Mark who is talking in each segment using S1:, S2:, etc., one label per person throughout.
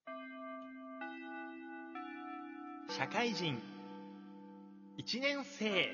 S1: 社会人1年生。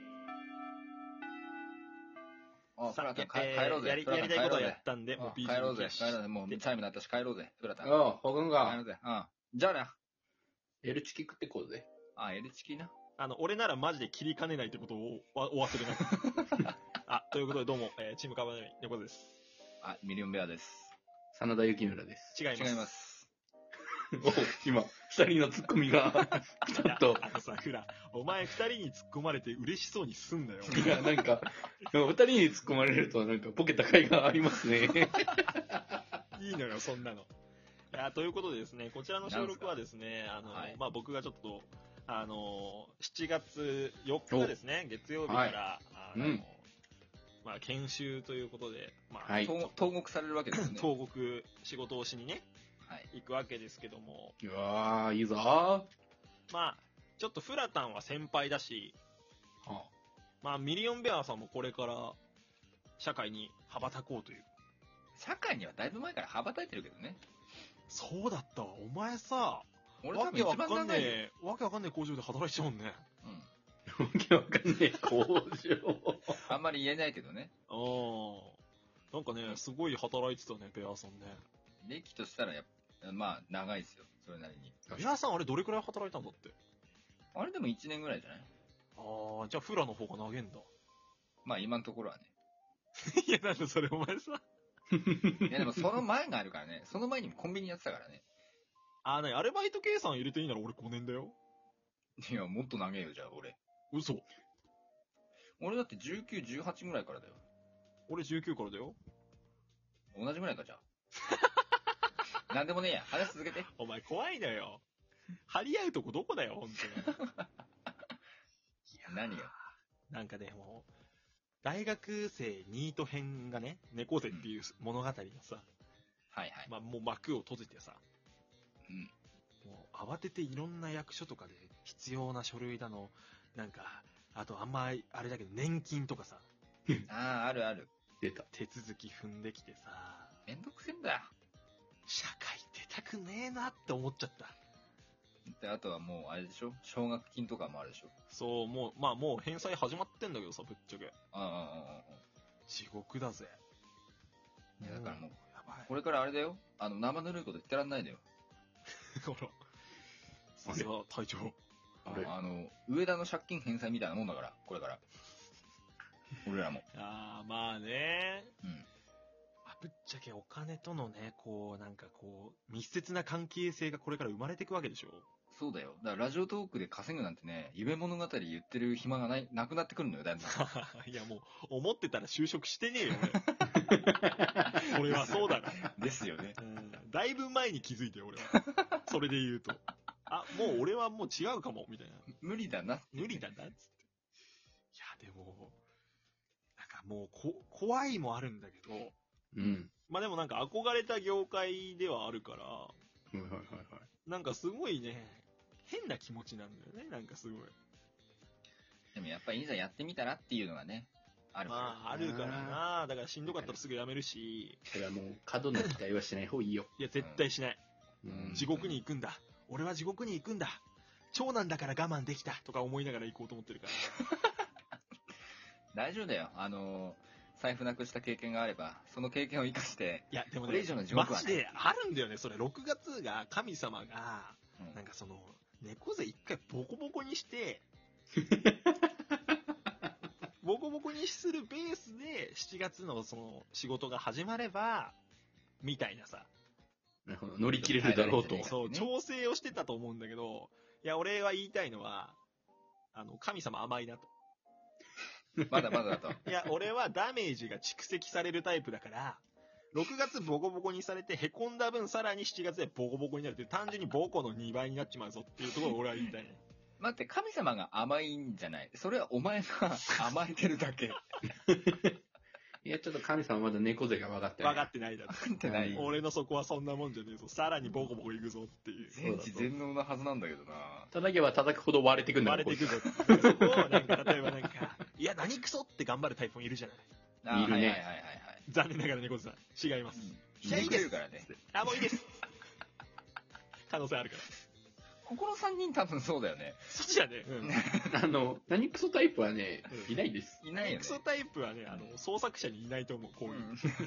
S2: フラタン帰ろうぜ。
S1: やりたいことをやったんで、もう BGM
S2: 帰ろうぜ。もうチャイム鳴ったし帰ろうぜ。フラタン。
S3: ほくん
S2: 帰ろ
S3: が
S2: う、ぜ。じゃあな。
S3: L チキ食ってこうぜ。
S2: L チキな。
S1: 俺ならマジで切りかねないってことをお忘れなく。ということでどうも、チームカバネミ横です。
S2: ミリオンベアです。
S3: 真田幸村です。
S1: 違います。
S2: 違います。
S3: 今、二人のツッコミが、ちょっと。
S1: フラ、お前二人に突っ込まれて嬉しそうにすんだよ。
S3: いや、なんか、二人に突っ込まれると、なんか、ボケた甲斐がありますね。
S1: いいのよ、そんなの。ということでですね、こちらの収録はですね、僕がちょっと、7月4日ですね、月曜日から、研修ということで、
S2: 投獄されるわけですね。
S1: 投獄、仕事をしにね、行くわけですけども。
S3: うわー、いいぞー。
S1: ちょっとフラタンは先輩だし、ミリオンベアさんもこれから社会に羽ばたこうという。
S2: 社会にはだいぶ前から羽ばたいてるけどね。
S1: そうだったわ。お前さ、
S2: 俺多分一番長いよ。
S1: わけわかんねえ工場で働いちゃうもんね。
S3: わけわかんねえ工場。
S2: あんまり言えないけどね。
S1: なんかね、すごい働いてたね、ベアさんね。
S2: 歴としたら長いですよ。それなりに。
S1: ベアさんあれどれくらい働いたんだって。
S2: あれでも1年ぐらいじゃない？
S1: じゃあフラの方が長えんだ。
S2: 今のところはね。
S1: いや、なんでそれお前さ。
S2: いやでもその前があるからね。その前にもコンビニやってたからね。
S1: アルバイト計算入れていいなら俺5年だよ。
S2: いや、もっと長えよ、じゃあ俺。
S1: 嘘。
S2: 俺だって19、18ぐらいからだよ。
S1: 俺19からだよ。
S2: 同じぐらいか、じゃあ。なんでもねえや。話続けて。
S1: お前怖いのよ。張り合うとこどこだよ、ほんとに。
S2: 何よ。
S1: なんかね、もう、大学生ニート編がね、猫背っていう物語のさ、もう幕を閉じてさ、もう慌てていろんな役所とかで必要な書類だの、なんか、あとあれだけど年金とかさ、
S2: あるある。
S3: 出た。
S1: 手続き踏んできてさ、
S2: めんどくせんだよ。
S1: 社会出たくねえなって思っちゃった。
S2: で、あとはもう、あれでしょ？奨学金とかもあるでしょ？
S1: そう、もう返済始まってんだけどさ、ぶっちゃけ。地獄だぜ。
S2: いや、だからもう、これからあれだよ。生ぬるいこと言ってらんないだよ。
S1: ほら。さすが隊長。
S2: 上田の借金返済みたいなもんだから、これから。俺らも。
S1: ね。ぶっちゃけお金とのね、密接な関係性がこれから生まれていくわけでしょ？
S2: そうだよ。だからラジオトークで稼ぐなんてね、夢物語言ってる暇がなくなってくるのよ、だいぶ。
S1: いやもう、思ってたら就職してねえよ、俺はそうだから。
S2: ですよね。
S1: だいぶ前に気づいてよ、俺は。それで言うと。もう俺はもう違うかも、みたいな。
S2: 無理だな、
S1: っつって。いや、でも、なんかもう怖いもあるんだけど、でもなんか憧れた業界ではあるから、なんかすごいね、変な気持ちなんだよね、なんかすごい。
S2: でもやっぱりいざやってみたらっていうのがね、あるから。
S1: あるからな。だからしんどかったらすぐ辞めるし。
S3: それはもう過度な期待はしない方がいいよ。
S1: いや、絶対しない。地獄に行くんだ。俺は地獄に行くんだ。長男だから我慢できた。とか思いながら行こうと思ってるから。
S2: 大丈夫だよ。財布なくした経験があれば、その経験を生かして、
S1: いや、でもね、
S2: これ以上の地獄はね、
S1: マジであるんだよね。それ、6月が神様が、なんか猫背一回ボコボコにして、ボコボコにするベースで、7月の仕事が始まれば、みたいなさ。
S3: なるほど。乗り切れるだろうと。
S1: そう、調整をしてたと思うんだけど、いや、俺は言いたいのは、神様甘いなと。
S2: まだまだだと。
S1: いや、俺はダメージが蓄積されるタイプだから、6月ボコボコにされて、凹んだ分さらに7月でボコボコになるっていう、単純にボコの2倍になっちまうぞっていうところを俺は言いたいね。
S2: 待って、神様が甘いんじゃない。それはお前が甘えてるだけ。
S3: いや、ちょっと神様まだ猫背が分かってない。
S1: 分かってないだろ。
S2: 分かってない。
S1: 俺の底はそんなもんじゃねえぞ。さらにボコボコいくぞっていう。
S2: 全知全能なはずなんだけどな。
S3: 叩けば叩くほど割れてくんだ
S1: 割れていくぞ。そこをなんか、例えばなんか、いや、何クソって頑張るタイプもいるじゃない。
S3: いるね。
S1: 残念ながら猫背さん、違います。
S2: いや、いいですからね。
S1: もういいです。 可能性あるから。
S2: ここの3人多分そうだよね。
S1: そっちだね。うん。
S3: 何クソタイプはね、いないです。
S2: いないよね。
S1: クソタイプはね、創作者にいないと思う、こういう。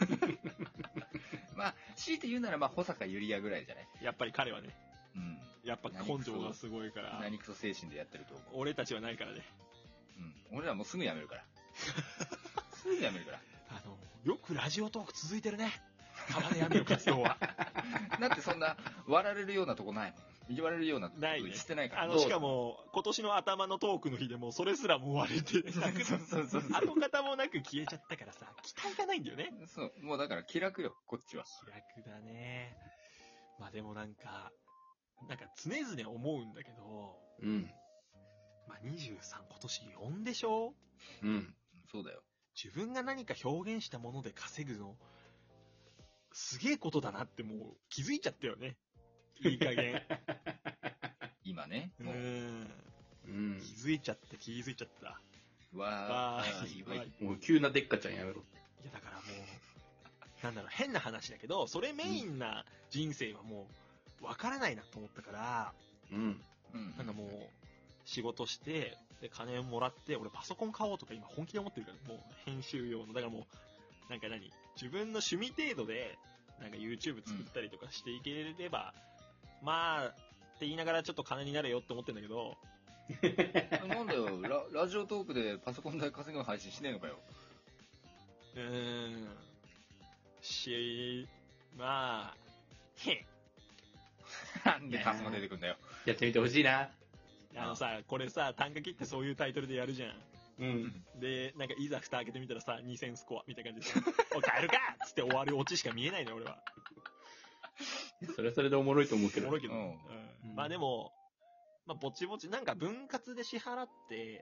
S2: まあ、強いて言うなら、まあ、保坂ゆりやぐらいじゃない。
S1: やっぱり彼はね。
S2: うん。
S1: やっぱ根性がすごいから。
S2: 何クソ精神でやってると思う。
S1: 俺たちはないからね。
S2: うん。俺らもうすぐやめるから。すぐやめるから。
S1: よくラジオトーク続いてるね。浜根闇の活動は。
S2: だってそんな、笑われるようなとこないもん。言われるようなことしてないから。
S1: しかも、今年の頭のトークの日でも、それすらも割れて、跡形もなく消えちゃったからさ、期待がないんだよね。
S2: そう、もうだから気楽よ、こっちは。
S1: 気楽だね。まあでもなんか常々思うんだけど、
S3: うん。
S1: まあ23、今年4でしょ？
S2: うん。そうだよ。
S1: 自分が何か表現したもので稼ぐの、すげえことだなってもう気づいちゃったよね。いい加減。
S2: 今ね。
S1: 気づいちゃった。
S2: わー。
S3: もう急なでっかちゃんやめろ。
S1: いやだからもう、変な話だけど、それメインな人生はもう、わからないなと思ったから、もう、仕事して、で、金をもらって、俺パソコン買おうとか今本気で思ってるから、もう編集用の。だからもう、自分の趣味程度で、YouTube 作ったりとかしていければ、まあ、って言いながらちょっと金になれよって思ってんだけど。
S2: なんだよ、ラジオトークでパソコン代稼ぐの配信しねえのかよ。まあ、なんでカスが出てくんだよ。
S3: やってみてほしいな。
S1: これさ、単価切ってそういうタイトルでやるじゃん。
S3: うん。
S1: で、いざ蓋開けてみたらさ、2000スコアみたいな感じで、お帰るかっつって終わるオチしか見えないね、俺は。
S3: それはそれでおもろいと思うけど。
S1: おもろいけど。まあでも、ぼちぼち、分割で支払って、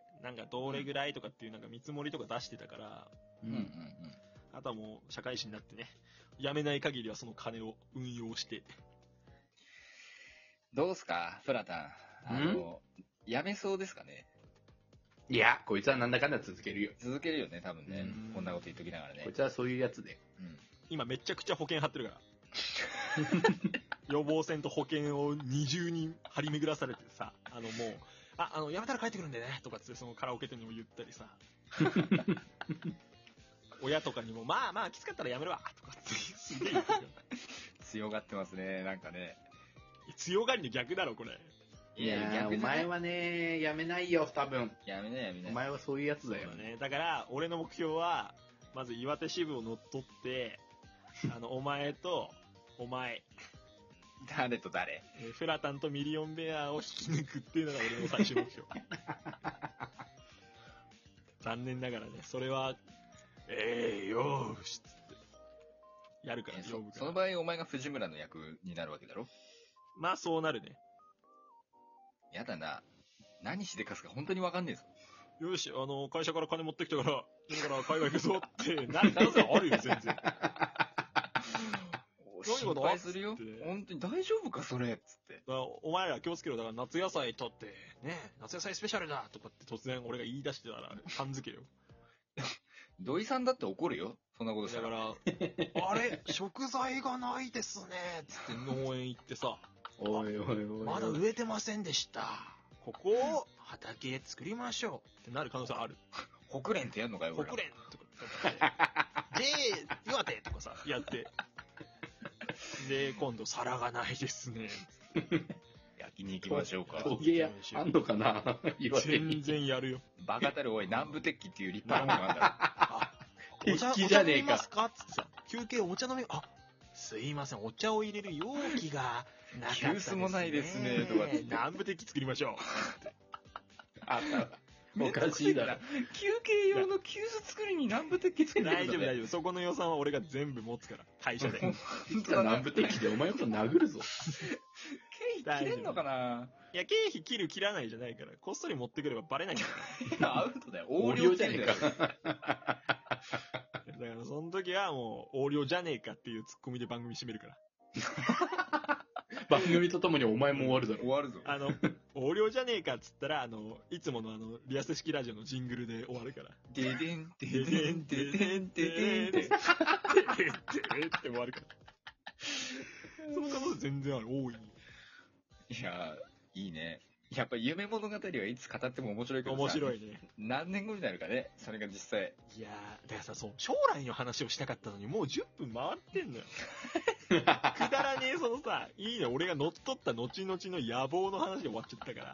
S1: どれぐらいとかっていう見積もりとか出してたから、あとはもう社会人になってね、辞めない限りはその金を運用して。
S2: どうすか、プラタン。辞めそうですかね。
S3: いや、こいつはなんだかんだ続けるよ。
S2: 続けるよね、多分ね。こんなこと言っときながらね。
S3: こいつはそういうやつで。
S1: 今めちゃくちゃ保険張ってるから。予防線と保険を二重に張り巡らされてさ、もう、辞めたら帰ってくるんでね、とかってそのカラオケ店にも言ったりさ。親とかにも、まあ、きつかったら辞めるわ、とかって、すげえ言ってる。
S2: 強がってますね、なんかね。
S1: 強がりの逆だろ、これ。
S3: いや、逆お前はね、辞めないよ、多分。
S2: 辞めない。
S3: お前はそういうやつだよ。
S1: ね。だから、俺の目標は、まず岩手支部を乗っ取って、お前と、お前。
S2: 誰と誰？
S1: フラタンとミリオンベアを引き抜くっていうのが俺の最終目標。残念ながらね、それは、よーしっつって。やるから、
S2: その場合、お前が藤村の役になるわけだろ？
S1: まあ、そうなるね。
S2: やだな。何してかすか本当にわかんねえ
S1: ぞ。よし、会社から金持ってきたから、今から海外行くぞってなる可能性あるよ、全然。
S2: 心配するよ。本当に大丈夫か、それっつって。
S1: お前ら気をつけろ。だから夏野菜取って、ね、夏野菜スペシャルだとかって突然俺が言い出してたら、感づけよ。
S2: 土井さんだって怒るよ。そんなことしたら。
S1: だから、あれ食材がないですねつって農園行ってさ、
S3: おい、
S1: まだ植えてませんでした。ここを畑作りましょうってなる可能性ある。
S2: 北連ってやんのかよ、
S1: 北連とか。岩手とかさ、やって。で、今度皿がないですね。
S2: 焼きに行きましょうか。
S3: 陶芸屋あんのかな？
S1: 全然やるよ。
S2: バカたるおい、南部鉄器っていう立派なものがあ
S3: んだろ。鉄器じゃねえか。
S1: お茶飲みますかつってさ、休憩お茶飲み、すいません、お茶を入れる容器がなかったですね。
S2: 急須もないですね、とかって。
S1: 南部鉄器作りましょう。
S3: あった。おかしいだろ。
S2: 休憩用の急須作りに南部鉄器作るんだ
S1: 大丈夫。そこの予算は俺が全部持つから、会社で。
S3: 南部鉄器でお前のこと殴るぞ。
S2: 経費切れんのかな？
S1: いや、経費切る切らないじゃないから、こっそり持ってくればバレないから。
S2: いや、アウトだよ。横領じゃねえか。
S1: だからその時はもう、横領じゃねえかっていうツッコミで番組締めるから。
S3: 番組とともにお前も終わるだろ。
S2: 終わるぞ。
S1: 横領じゃねえかっつったら、いつものリアス式ラジオのジングルで終わるから。
S2: ででん、ででん、ででん、ででんって。
S1: ででんって終わるから。その可能性全然ある、多い。
S2: いやー、いいね。やっぱ夢物語はいつ語っても面白いけどさ。
S1: 面白いね。
S2: 何年後になるかね、それが実際。
S1: いやー、だからさ、そう、将来の話をしたかったのに、もう10分回ってんのよ。くだらねえ、そのさ、いいね、俺が乗っ取った後々の野望の話で終わっちゃったから。い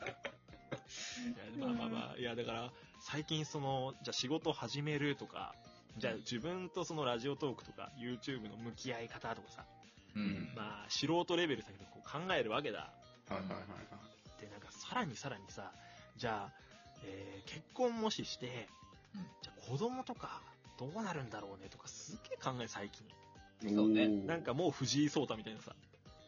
S1: や、まあまあまあ、いや、だから、最近その、じゃあ仕事始めるとか、じゃあ自分とそのラジオトークとか、YouTube の向き合い方とかさ、まあ、素人レベルだけど、こう考えるわけだ。
S3: はいはいはいはい。
S1: で、なんかさらにさじゃあ、結婚もしして、じゃあ子供とかどうなるんだろうねとかすげえ考え最近。
S2: そうね。
S1: なんかもう藤井聡太みたいなさ。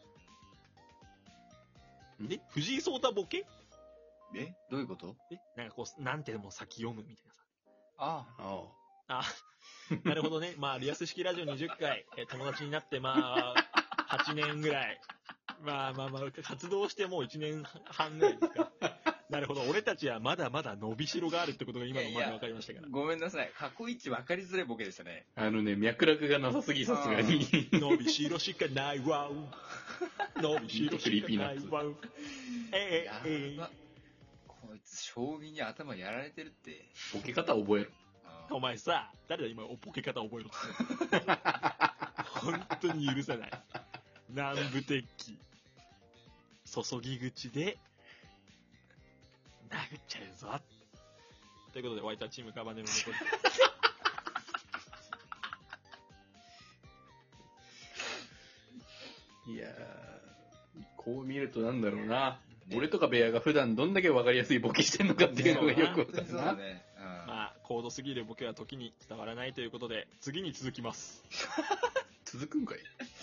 S1: 藤井聡太ボケ？
S2: どういうこと？
S1: なんかこう、なんてでも先読むみたいなさ。
S2: あ、
S1: なるほどね。まあ、リアス式ラジオ20回、友達になってまあ、8年ぐらい。まあ、活動してもう1年半ぐらいですか。なるほど。俺たちはまだまだ伸びしろがあるってことが今のまで分かりましたから。
S2: ごめんなさい。過去一分かりづらいボケでしたね。
S3: 脈絡がなさすぎ、さすがに。
S1: 伸びしろしかないわ。伸びしろしかないわ。
S2: こいつ、将棋に頭やられてるって。
S3: ボケ方覚える。
S1: お前さ、誰だ今、ボケ方覚えろって。本当に許さない。南部鉄器。注ぎ口で、殴っちゃうぞ。ということで、ワイターチームカバネの残
S3: り。いやー、こう見るとなんだろうな。俺とかベアが普段どんだけ分かりやすいボケしてんのかっていうのがよくわかるな。
S1: まあ、高度すぎるボケは時に伝わらないということで、次に続きます。
S3: 続くんかい？